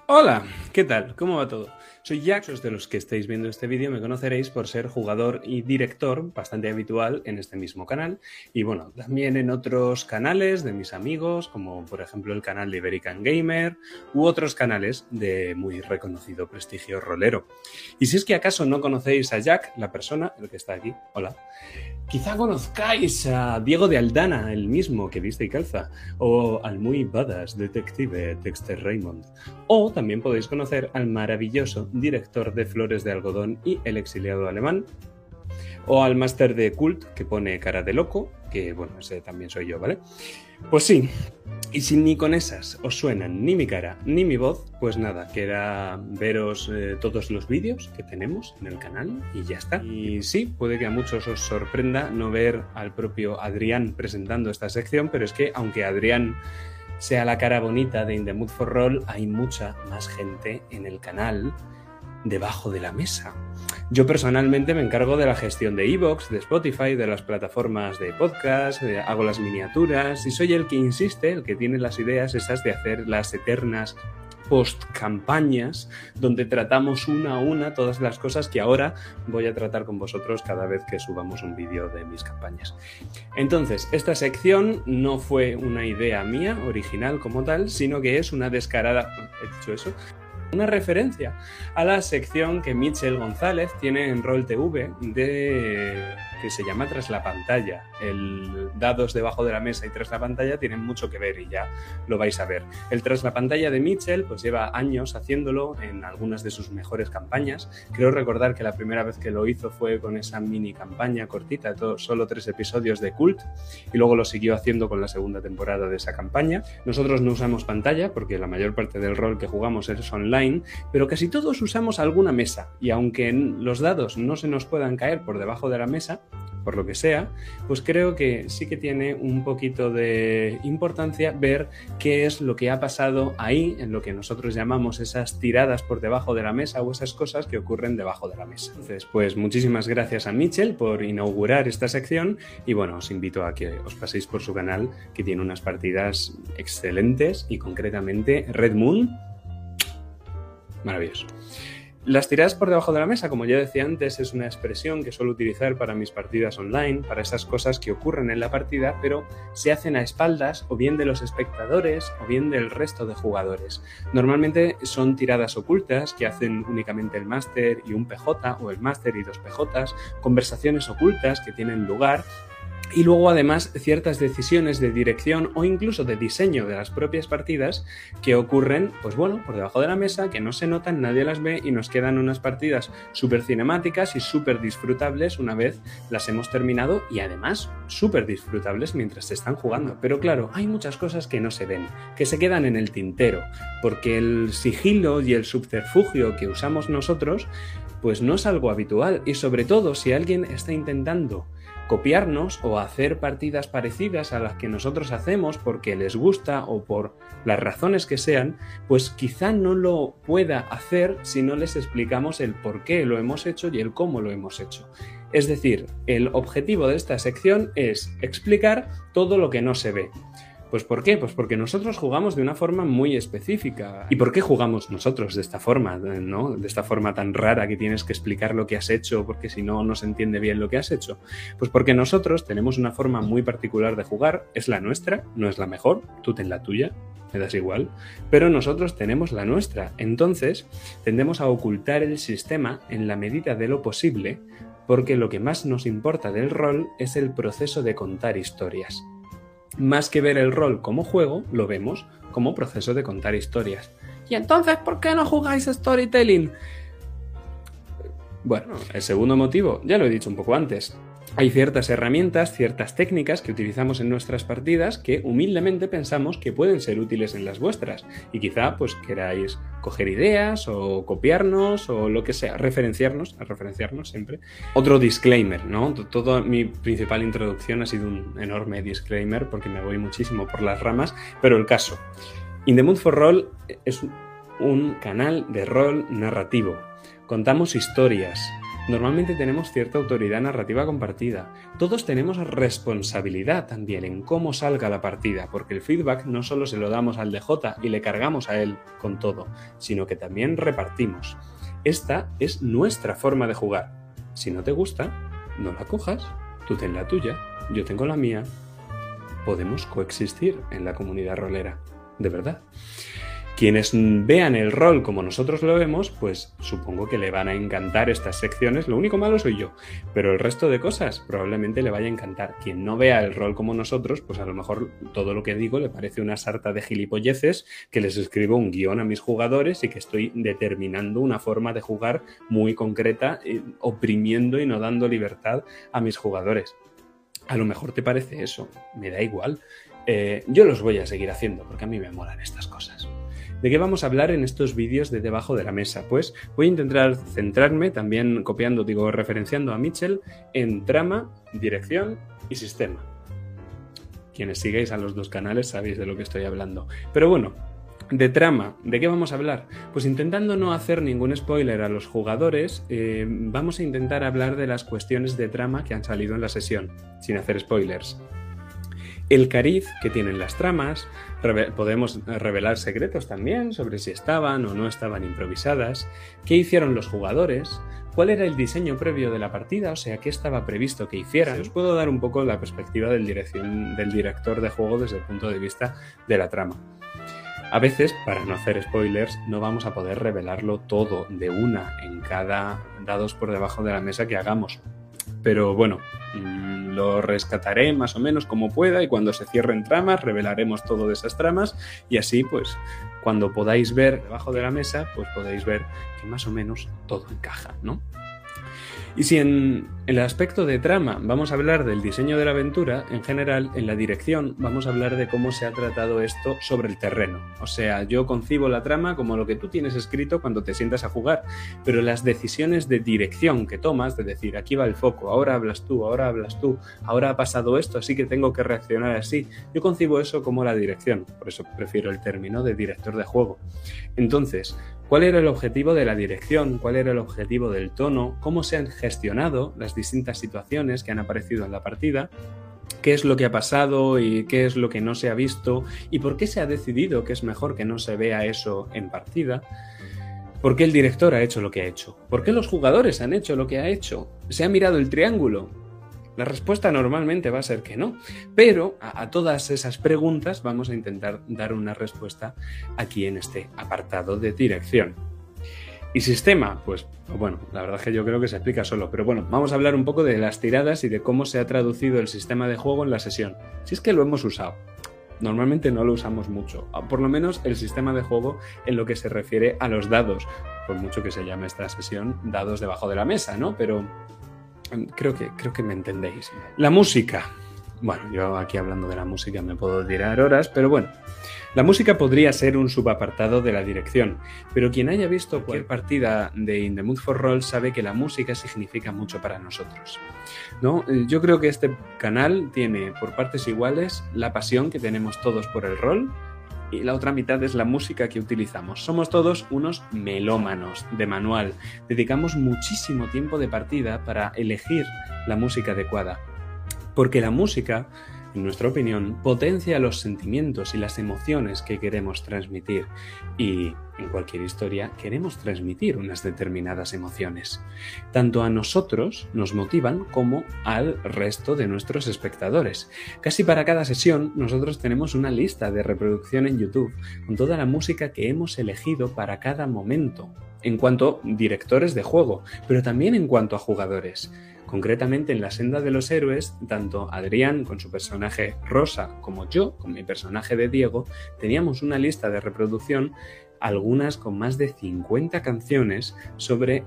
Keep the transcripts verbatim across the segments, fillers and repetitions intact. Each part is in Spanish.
Hola, ¿qué tal? ¿Cómo va todo? Soy Jack, los de los que estáis viendo este vídeo me conoceréis por ser jugador y director bastante habitual en este mismo canal y bueno, también en otros canales de mis amigos, como por ejemplo el canal de Iberican Gamer u otros canales de muy reconocido prestigio rolero. Y si es que acaso no conocéis a Jack, la persona, el que está aquí, hola, quizá conozcáis a Diego de Aldana, el mismo que viste y calza, o al muy badass detective Dexter Raymond, o también podéis conocer al maravilloso director de Flores de Algodón y El exiliado alemán, o al máster de Cult que pone cara de loco, que bueno, ese también soy yo, ¿vale? Pues sí, y si ni con esas os suenan ni mi cara ni mi voz, pues nada, queda veros eh, todos los vídeos que tenemos en el canal y ya está. Y sí, puede que a muchos os sorprenda no ver al propio Adrián presentando esta sección, pero es que aunque Adrián sea la cara bonita de In the Mood for Roll, hay mucha más gente en el canal debajo de la mesa. Yo personalmente me encargo de la gestión de iVoox, de Spotify, de las plataformas de podcast, de, hago las miniaturas y soy el que insiste, el que tiene las ideas esas de hacer las eternas post-campañas donde tratamos una a una todas las cosas que ahora voy a tratar con vosotros cada vez que subamos un vídeo de mis campañas. Entonces, esta sección no fue una idea mía original como tal, sino que es una descarada... ¿He dicho eso? Una referencia a la sección que Mitchell González tiene en Roll T V de... que se llama Tras la pantalla. El dados debajo de la mesa y Tras la pantalla tienen mucho que ver y ya lo vais a ver. El Tras la pantalla de Mitchell pues lleva años haciéndolo en algunas de sus mejores campañas. Creo recordar que la primera vez que lo hizo fue con esa mini campaña cortita, todo, solo tres episodios de Cult, y luego lo siguió haciendo con la segunda temporada de esa campaña. Nosotros no usamos pantalla porque la mayor parte del rol que jugamos es online, pero casi todos usamos alguna mesa y aunque los dados no se nos puedan caer por debajo de la mesa, por lo que sea, pues creo que sí que tiene un poquito de importancia ver qué es lo que ha pasado ahí en lo que nosotros llamamos esas tiradas por debajo de la mesa o esas cosas que ocurren debajo de la mesa. Entonces, pues muchísimas gracias a Mitchell por inaugurar esta sección y bueno, os invito a que os paséis por su canal que tiene unas partidas excelentes y concretamente Red Moon, maravilloso. Las tiradas por debajo de la mesa, como ya decía antes, es una expresión que suelo utilizar para mis partidas online, para esas cosas que ocurren en la partida, pero se hacen a espaldas o bien de los espectadores o bien del resto de jugadores. Normalmente son tiradas ocultas que hacen únicamente el máster y un P J, o el máster y dos P Js, conversaciones ocultas que tienen lugar, y luego además ciertas decisiones de dirección o incluso de diseño de las propias partidas que ocurren, pues bueno, por debajo de la mesa, que no se notan, nadie las ve y nos quedan unas partidas súper cinemáticas y súper disfrutables una vez las hemos terminado y además súper disfrutables mientras se están jugando. Pero claro, hay muchas cosas que no se ven, que se quedan en el tintero, porque el sigilo y el subterfugio que usamos nosotros pues no es algo habitual y sobre todo si alguien está intentando copiarnos o hacer partidas parecidas a las que nosotros hacemos porque les gusta o por las razones que sean, pues quizá no lo pueda hacer si no les explicamos el por qué lo hemos hecho y el cómo lo hemos hecho. Es decir, el objetivo de esta sección es explicar todo lo que no se ve. Pues ¿por qué? Pues porque nosotros jugamos de una forma muy específica. ¿Y por qué jugamos nosotros de esta forma, ¿no? De esta forma tan rara que tienes que explicar lo que has hecho porque si no, no se entiende bien lo que has hecho. Pues porque nosotros tenemos una forma muy particular de jugar, es la nuestra, no es la mejor, tú ten la tuya, me das igual, pero nosotros tenemos la nuestra. Entonces, tendemos a ocultar el sistema en la medida de lo posible porque lo que más nos importa del rol es el proceso de contar historias. Más que ver el rol como juego, lo vemos como proceso de contar historias. ¿Y entonces por qué no jugáis storytelling? Bueno, el segundo motivo, ya lo he dicho un poco antes. Hay ciertas herramientas, ciertas técnicas que utilizamos en nuestras partidas que humildemente pensamos que pueden ser útiles en las vuestras y quizá pues queráis coger ideas o copiarnos o lo que sea, referenciarnos, a referenciarnos siempre. Otro disclaimer, ¿no? Toda mi principal introducción ha sido un enorme disclaimer porque me voy muchísimo por las ramas, pero el caso. In the Mood for Roll es un canal de rol narrativo. Contamos historias. Normalmente tenemos cierta autoridad narrativa compartida. Todos tenemos responsabilidad también en cómo salga la partida, porque el feedback no solo se lo damos al D J y le cargamos a él con todo, sino que también repartimos. Esta es nuestra forma de jugar. Si no te gusta, no la cojas. Tú ten la tuya, yo tengo la mía. Podemos coexistir en la comunidad rolera, de verdad. Quienes vean el rol como nosotros lo vemos, pues supongo que le van a encantar estas secciones. Lo único malo soy yo, pero el resto de cosas probablemente le vaya a encantar. Quien no vea el rol como nosotros, pues a lo mejor todo lo que digo le parece una sarta de gilipolleces, que les escribo un guión a mis jugadores y que estoy determinando una forma de jugar muy concreta, eh, oprimiendo y no dando libertad a mis jugadores. A lo mejor te parece eso, me da igual. Eh, yo los voy a seguir haciendo porque a mí me molan estas cosas. ¿De qué vamos a hablar en estos vídeos de debajo de la mesa? Pues voy a intentar centrarme, también copiando, digo, referenciando a Mitchell, en trama, dirección y sistema. Quienes sigáis a los dos canales sabéis de lo que estoy hablando. Pero bueno, de trama, ¿de qué vamos a hablar? Pues intentando no hacer ningún spoiler a los jugadores, eh, vamos a intentar hablar de las cuestiones de trama que han salido en la sesión, sin hacer spoilers. El cariz que tienen las tramas, podemos revelar secretos también sobre si estaban o no estaban improvisadas, qué hicieron los jugadores, cuál era el diseño previo de la partida, o sea, qué estaba previsto que hicieran. Os puedo dar un poco la perspectiva del, dirección, del director de juego desde el punto de vista de la trama. A veces, para no hacer spoilers, no vamos a poder revelarlo todo de una en cada dados por debajo de la mesa que hagamos. Pero bueno, lo rescataré más o menos como pueda y cuando se cierren tramas revelaremos todo de esas tramas y así pues cuando podáis ver debajo de la mesa pues podéis ver que más o menos todo encaja, ¿no? Y si en el aspecto de trama vamos a hablar del diseño de la aventura, en general en la dirección vamos a hablar de cómo se ha tratado esto sobre el terreno. O sea, yo concibo la trama como lo que tú tienes escrito cuando te sientas a jugar, pero las decisiones de dirección que tomas, de decir aquí va el foco, ahora hablas tú, ahora hablas tú, ahora ha pasado esto, así que tengo que reaccionar así, yo concibo eso como la dirección, por eso prefiero el término de director de juego. Entonces, ¿cuál era el objetivo de la dirección? ¿Cuál era el objetivo del tono? ¿Cómo se han gestionado las distintas situaciones que han aparecido en la partida? ¿Qué es lo que ha pasado y qué es lo que no se ha visto? ¿Y por qué se ha decidido que es mejor que no se vea eso en partida? ¿Por qué el director ha hecho lo que ha hecho? ¿Por qué los jugadores han hecho lo que ha hecho? ¿Se ha mirado el triángulo? La respuesta normalmente va a ser que no, pero a, a todas esas preguntas vamos a intentar dar una respuesta aquí en este apartado de dirección. ¿Y sistema? Pues bueno, la verdad es que yo creo que se explica solo, pero bueno, vamos a hablar un poco de las tiradas y de cómo se ha traducido el sistema de juego en la sesión, si es que lo hemos usado. Normalmente no lo usamos mucho, por lo menos el sistema de juego en lo que se refiere a los dados, por mucho que se llame esta sesión dados debajo de la mesa, ¿no? Pero Creo que, creo que me entendéis. La música. Bueno, yo aquí hablando de la música me puedo tirar horas, pero bueno. La música podría ser un subapartado de la dirección, pero quien haya visto cualquier partida de In the Mood for Roll sabe que la música significa mucho para nosotros, ¿no? Yo creo que este canal tiene por partes iguales la pasión que tenemos todos por el rol y la otra mitad es la música que utilizamos. Somos todos unos melómanos de manual. Dedicamos muchísimo tiempo de partida para elegir la música adecuada. Porque la música, en nuestra opinión, potencia los sentimientos y las emociones que queremos transmitir. Y en cualquier historia queremos transmitir unas determinadas emociones. Tanto a nosotros nos motivan como al resto de nuestros espectadores. Casi para cada sesión nosotros tenemos una lista de reproducción en YouTube con toda la música que hemos elegido para cada momento, en cuanto a directores de juego, pero también en cuanto a jugadores. Concretamente en la senda de los héroes, tanto Adrián con su personaje Rosa como yo, con mi personaje de Diego, teníamos una lista de reproducción, algunas con más de cincuenta canciones sobre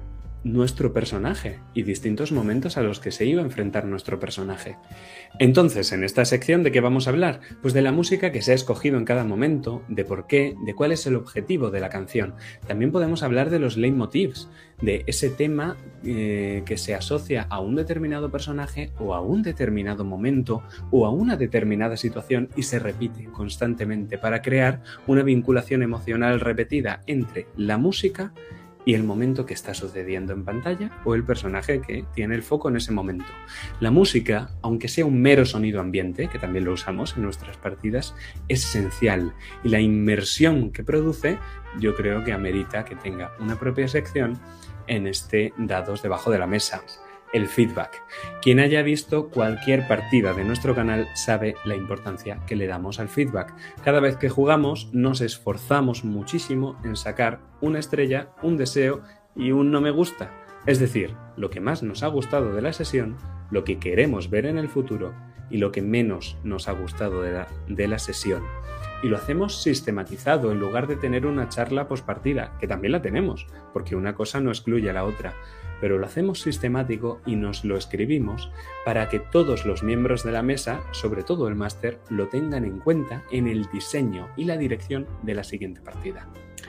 nuestro personaje y distintos momentos a los que se iba a enfrentar nuestro personaje. Entonces, en esta sección, ¿de qué vamos a hablar? Pues de la música que se ha escogido en cada momento, de por qué, de cuál es el objetivo de la canción. También podemos hablar de los leitmotivs, de ese tema eh, que se asocia a un determinado personaje o a un determinado momento o a una determinada situación y se repite constantemente para crear una vinculación emocional repetida entre la música y el momento que está sucediendo en pantalla o el personaje que tiene el foco en ese momento. La música, aunque sea un mero sonido ambiente, que también lo usamos en nuestras partidas, es esencial y la inmersión que produce yo creo que amerita que tenga una propia sección en este Dados debajo de la mesa. El feedback. Quien haya visto cualquier partida de nuestro canal sabe la importancia que le damos al feedback. Cada vez que jugamos nos esforzamos muchísimo en sacar una estrella, un deseo y un no me gusta. Es decir, lo que más nos ha gustado de la sesión, lo que queremos ver en el futuro y lo que menos nos ha gustado de la, de la sesión. Y lo hacemos sistematizado en lugar de tener una charla postpartida, que también la tenemos, porque una cosa no excluye a la otra, pero lo hacemos sistemático y nos lo escribimos para que todos los miembros de la mesa, sobre todo el máster, lo tengan en cuenta en el diseño y la dirección de la siguiente partida.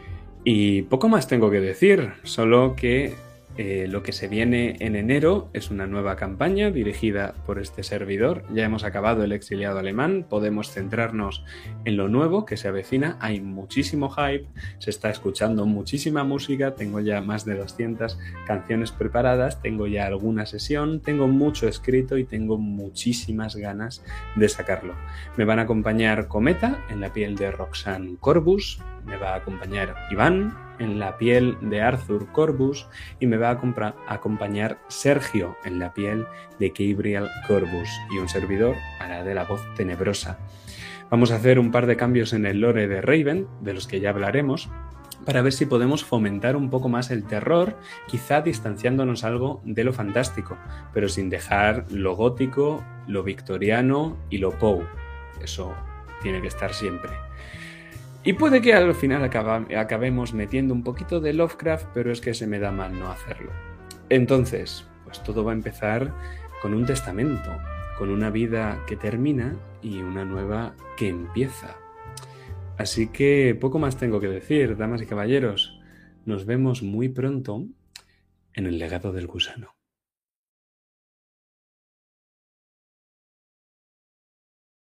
Y poco más tengo que decir, solo que Eh, lo que se viene en enero es una nueva campaña dirigida por este servidor. Ya hemos acabado El exiliado alemán, podemos centrarnos en lo nuevo que se avecina. Hay muchísimo hype, se está escuchando muchísima música, tengo ya más de doscientas canciones preparadas, tengo ya alguna sesión, tengo mucho escrito y tengo muchísimas ganas de sacarlo. Me van a acompañar Cometa en la piel de Roxanne Corbus, me va a acompañar Iván en la piel de Arthur Corbus y me va a acompañar Sergio en la piel de Gabriel Corbus, y un servidor hará de la voz tenebrosa. Vamos a hacer un par de cambios en el lore de Raven, de los que ya hablaremos, para ver si podemos fomentar un poco más el terror, quizá distanciándonos algo de lo fantástico, pero sin dejar lo gótico, lo victoriano y lo Poe. Eso tiene que estar siempre. Y puede que al final acaba, acabemos metiendo un poquito de Lovecraft, pero es que se me da mal no hacerlo. Entonces, pues todo va a empezar con un testamento, con una vida que termina y una nueva que empieza. Así que poco más tengo que decir, damas y caballeros. Nos vemos muy pronto en el legado del gusano.